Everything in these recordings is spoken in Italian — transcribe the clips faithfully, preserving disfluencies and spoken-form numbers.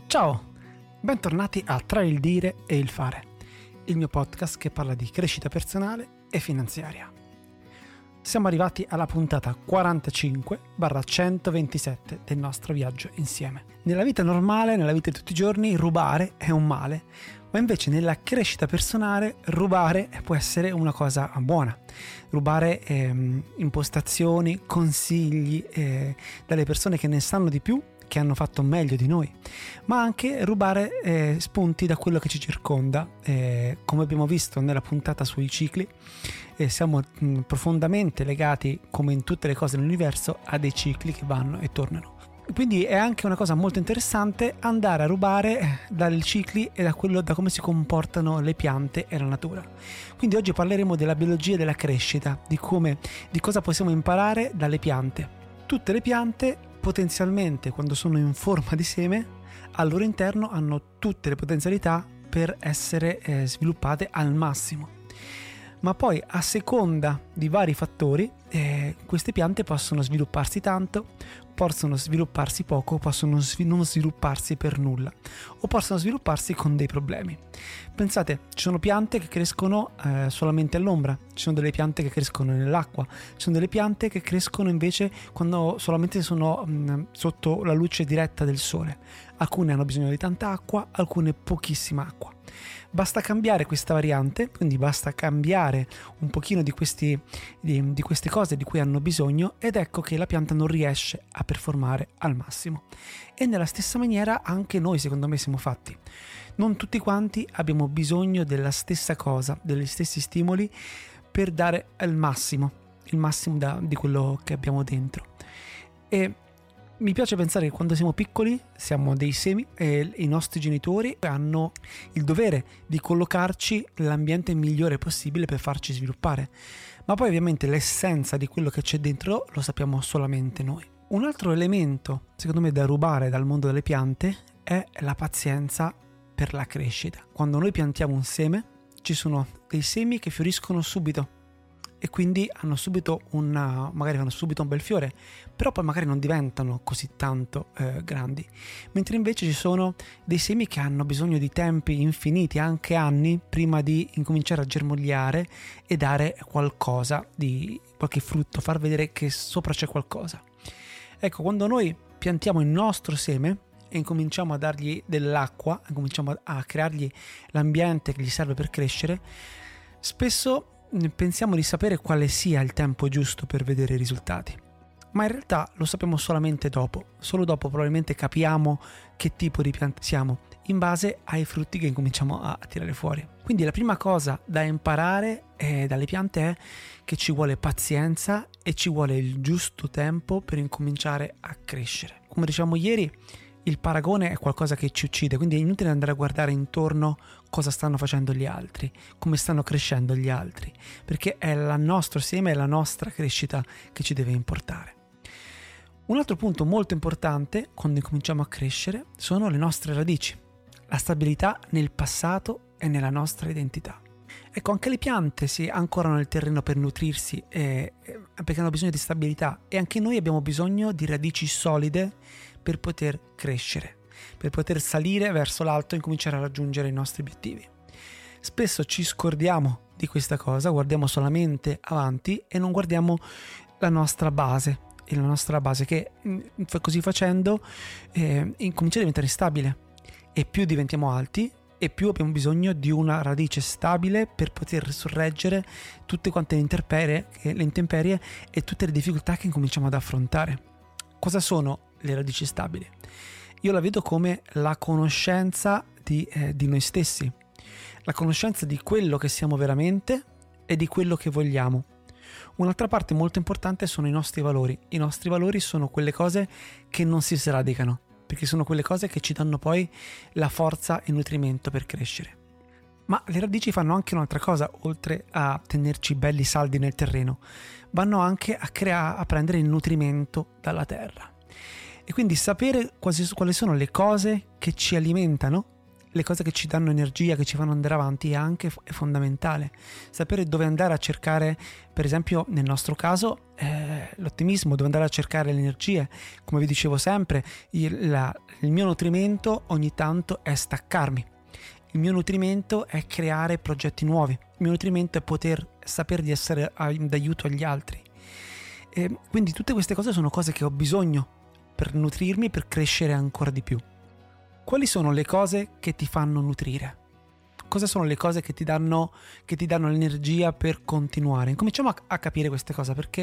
Ciao, bentornati a Tra il dire e il fare, il mio podcast che parla di crescita personale e finanziaria. Siamo arrivati alla puntata quarantacinque centoventisette del nostro viaggio insieme. Nella vita normale, nella vita di tutti i giorni, rubare è un male, ma invece nella crescita personale rubare può essere una cosa buona. Rubare ehm, impostazioni, consigli eh, dalle persone che ne sanno di più, che hanno fatto meglio di noi, ma anche rubare eh, spunti da quello che ci circonda. Eh, come abbiamo visto nella puntata sui cicli, eh, siamo mh, profondamente legati, come in tutte le cose nell'universo, a dei cicli che vanno e tornano. Quindi è anche una cosa molto interessante andare a rubare dai cicli e da quello, da come si comportano le piante e la natura. Quindi oggi parleremo della biologia della crescita, di come, di cosa possiamo imparare dalle piante. Tutte le piante potenzialmente, quando sono in forma di seme, al loro interno hanno tutte le potenzialità per essere eh, sviluppate al massimo. Ma poi, a seconda di vari fattori, eh, queste piante possono svilupparsi tanto, possono svilupparsi poco, possono svi- non svilupparsi per nulla, o possono svilupparsi con dei problemi. Pensate, ci sono piante che crescono eh, solamente all'ombra, ci sono delle piante che crescono nell'acqua, ci sono delle piante che crescono invece quando solamente sono mh, sotto la luce diretta del sole. Alcune hanno bisogno di tanta acqua, alcune pochissima acqua. Basta cambiare questa variante, quindi basta cambiare un pochino di, questi, di, di queste cose di cui hanno bisogno, ed ecco che la pianta non riesce a performare al massimo. E nella stessa maniera anche noi, secondo me, siamo fatti. Non tutti quanti abbiamo bisogno della stessa cosa, degli stessi stimoli per dare il massimo, il massimo da, di quello che abbiamo dentro. E mi piace pensare che quando siamo piccoli siamo dei semi e i nostri genitori hanno il dovere di collocarci nell'ambiente migliore possibile per farci sviluppare, ma poi ovviamente l'essenza di quello che c'è dentro lo sappiamo solamente noi. Un altro elemento, secondo me, da rubare dal mondo delle piante è la pazienza per la crescita. Quando noi piantiamo un seme, ci sono dei semi che fioriscono subito e quindi hanno subito una, magari fanno subito un bel fiore, però poi magari non diventano così tanto eh, grandi, mentre invece ci sono dei semi che hanno bisogno di tempi infiniti, anche anni, prima di incominciare a germogliare e dare qualcosa, di qualche frutto, far vedere che sopra c'è qualcosa. Ecco, quando noi piantiamo il nostro seme e incominciamo a dargli dell'acqua, incominciamo a creargli l'ambiente che gli serve per crescere, spesso pensiamo di sapere quale sia il tempo giusto per vedere i risultati, ma in realtà lo sappiamo solamente dopo. Solo dopo probabilmente capiamo che tipo di pianta siamo, in base ai frutti che incominciamo a tirare fuori. Quindi la prima cosa da imparare eh, dalle piante è che ci vuole pazienza e ci vuole il giusto tempo per incominciare a crescere. Come dicevamo ieri, il paragone è qualcosa che ci uccide, quindi è inutile andare a guardare intorno cosa stanno facendo gli altri, come stanno crescendo gli altri, perché è il nostro seme, è la nostra crescita che ci deve importare. Un altro punto molto importante quando incominciamo a crescere sono le nostre radici, la stabilità nel passato e nella nostra identità. Ecco, anche le piante si ancorano nel terreno per nutrirsi eh, perché hanno bisogno di stabilità, e anche noi abbiamo bisogno di radici solide per poter crescere, per poter salire verso l'alto e incominciare a raggiungere i nostri obiettivi. Spesso ci scordiamo di questa cosa, guardiamo solamente avanti e non guardiamo la nostra base, e la nostra base che così facendo eh, incomincia a diventare stabile, e più diventiamo alti e più abbiamo bisogno di una radice stabile per poter sorreggere tutte quante le intemperie, le intemperie e tutte le difficoltà che incominciamo ad affrontare. Cosa sono le radici stabili? Io la vedo come la conoscenza di, eh, di noi stessi, la conoscenza di quello che siamo veramente e di quello che vogliamo. Un'altra parte molto importante sono i nostri valori. I nostri valori sono quelle cose che non si sradicano, perché sono quelle cose che ci danno poi la forza e il nutrimento per crescere. Ma le radici fanno anche un'altra cosa, oltre a tenerci belli saldi nel terreno, vanno anche a, crea- a prendere il nutrimento dalla terra. E quindi sapere quasi, quali sono le cose che ci alimentano le cose che ci danno energia, che ci fanno andare avanti, è anche è fondamentale. Sapere dove andare a cercare, per esempio nel nostro caso, eh, l'ottimismo, dove andare a cercare le energie. Come vi dicevo sempre, il, la, il mio nutrimento ogni tanto è staccarmi. Il mio nutrimento è creare progetti nuovi. Il mio nutrimento è poter sapere di essere d'aiuto agli altri. E quindi tutte queste cose sono cose che ho bisogno per nutrirmi e per crescere ancora di più. Quali sono le cose che ti fanno nutrire? Cosa sono le cose che ti danno, che ti danno l'energia per continuare? Incominciamo a, a capire queste cose, perché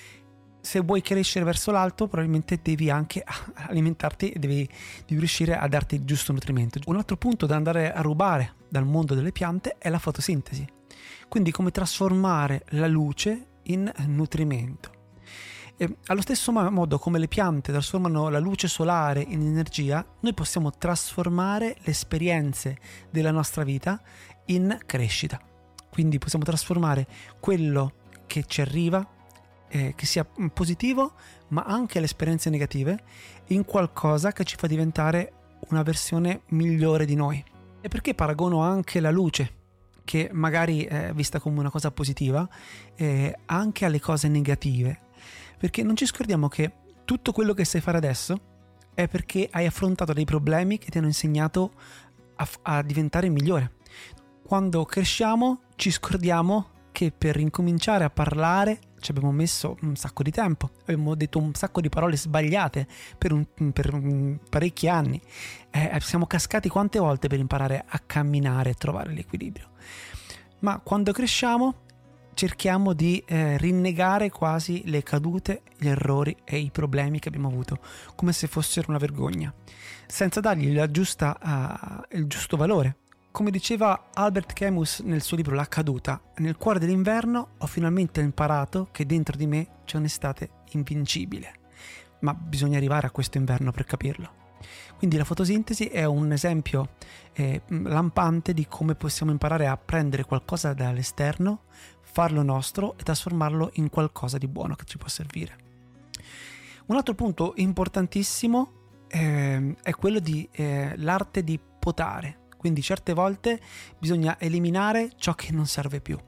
se vuoi crescere verso l'alto probabilmente devi anche alimentarti e devi, devi riuscire a darti il giusto nutrimento. Un altro punto da andare a rubare dal mondo delle piante è la fotosintesi, quindi come trasformare la luce in nutrimento. E allo stesso modo come le piante trasformano la luce solare in energia, noi possiamo trasformare le esperienze della nostra vita in crescita. Quindi possiamo trasformare quello che ci arriva, eh, che sia positivo, ma anche le esperienze negative, in qualcosa che ci fa diventare una versione migliore di noi. E perché paragono anche la luce, che magari è vista come una cosa positiva, eh, anche alle cose negative? Perché non ci scordiamo che tutto quello che sai fare adesso è perché hai affrontato dei problemi che ti hanno insegnato a, a diventare migliore. Quando cresciamo ci scordiamo che per incominciare a parlare ci abbiamo messo un sacco di tempo, abbiamo detto un sacco di parole sbagliate per, un, per un, parecchi anni, eh, siamo cascati quante volte per imparare a camminare e trovare l'equilibrio. Ma quando cresciamo cerchiamo di eh, rinnegare quasi le cadute, gli errori e i problemi che abbiamo avuto, come se fossero una vergogna, senza dargli la giusta, uh, il giusto valore. Come diceva Albert Camus nel suo libro La caduta, nel cuore dell'inverno ho finalmente imparato che dentro di me c'è un'estate invincibile, ma bisogna arrivare a questo inverno per capirlo. Quindi la fotosintesi è un esempio eh, lampante di come possiamo imparare a prendere qualcosa dall'esterno, farlo nostro e trasformarlo in qualcosa di buono che ci può servire. Un altro punto importantissimo eh, è quello di eh, l'arte di potare. Quindi certe volte bisogna eliminare ciò che non serve più.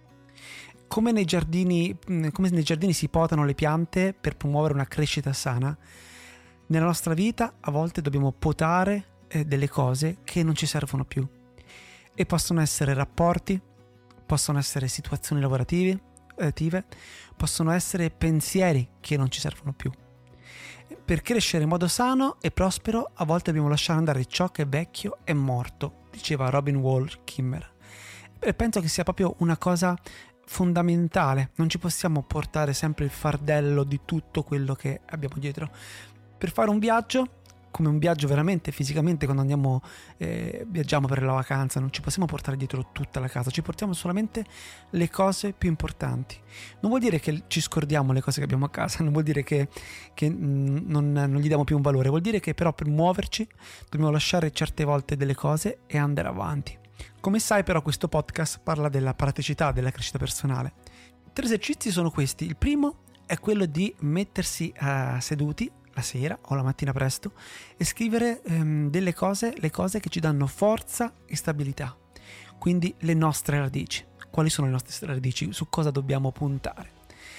Come nei giardini, come nei giardini si potano le piante per promuovere una crescita sana, nella nostra vita a volte dobbiamo potare eh, delle cose che non ci servono più. E possono essere rapporti, possono essere situazioni lavorative, lavorative, possono essere pensieri che non ci servono più. Per crescere in modo sano e prospero a volte dobbiamo lasciare andare ciò che è vecchio e morto, diceva Robin Wall Kimmerer. E penso che sia proprio una cosa fondamentale. Non ci possiamo portare sempre il fardello di tutto quello che abbiamo dietro. Per fare un viaggio, come un viaggio veramente fisicamente, quando andiamo eh, viaggiamo per la vacanza, non ci possiamo portare dietro tutta la casa, ci portiamo solamente le cose più importanti. Non vuol dire che ci scordiamo le cose che abbiamo a casa, non vuol dire che, che mh, non, non gli diamo più un valore, vuol dire che però per muoverci dobbiamo lasciare certe volte delle cose e andare avanti. Come sai però questo podcast parla della praticità della crescita personale. I tre esercizi sono questi. Il primo è quello di mettersi uh, seduti la sera o la mattina presto e scrivere ehm, delle cose, le cose che ci danno forza e stabilità, quindi le nostre radici. Quali sono le nostre radici? Su cosa dobbiamo puntare?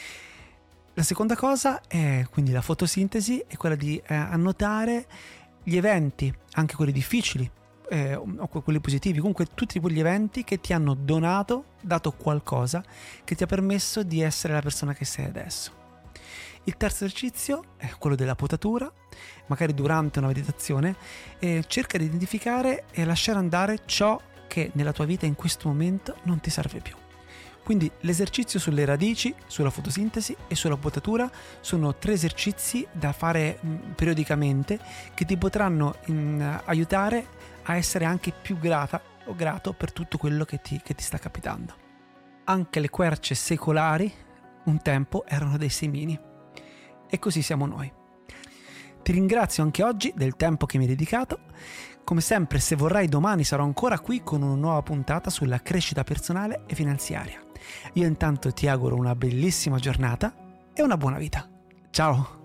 La seconda cosa è quindi la fotosintesi, è quella di eh, annotare gli eventi, anche quelli difficili eh, o quelli positivi, comunque tutti quegli eventi che ti hanno donato, dato qualcosa che ti ha permesso di essere la persona che sei adesso. Il terzo esercizio è quello della potatura, magari durante una meditazione, e cerca di identificare e lasciare andare ciò che nella tua vita in questo momento non ti serve più. Quindi l'esercizio sulle radici, sulla fotosintesi e sulla potatura sono tre esercizi da fare periodicamente che ti potranno in, aiutare a essere anche più grata o grato per tutto quello che ti, che ti sta capitando. Anche le querce secolari un tempo erano dei semini. E così siamo noi. Ti ringrazio anche oggi del tempo che mi hai dedicato. Come sempre, se vorrai, domani sarò ancora qui con una nuova puntata sulla crescita personale e finanziaria. Io intanto ti auguro una bellissima giornata e una buona vita. Ciao!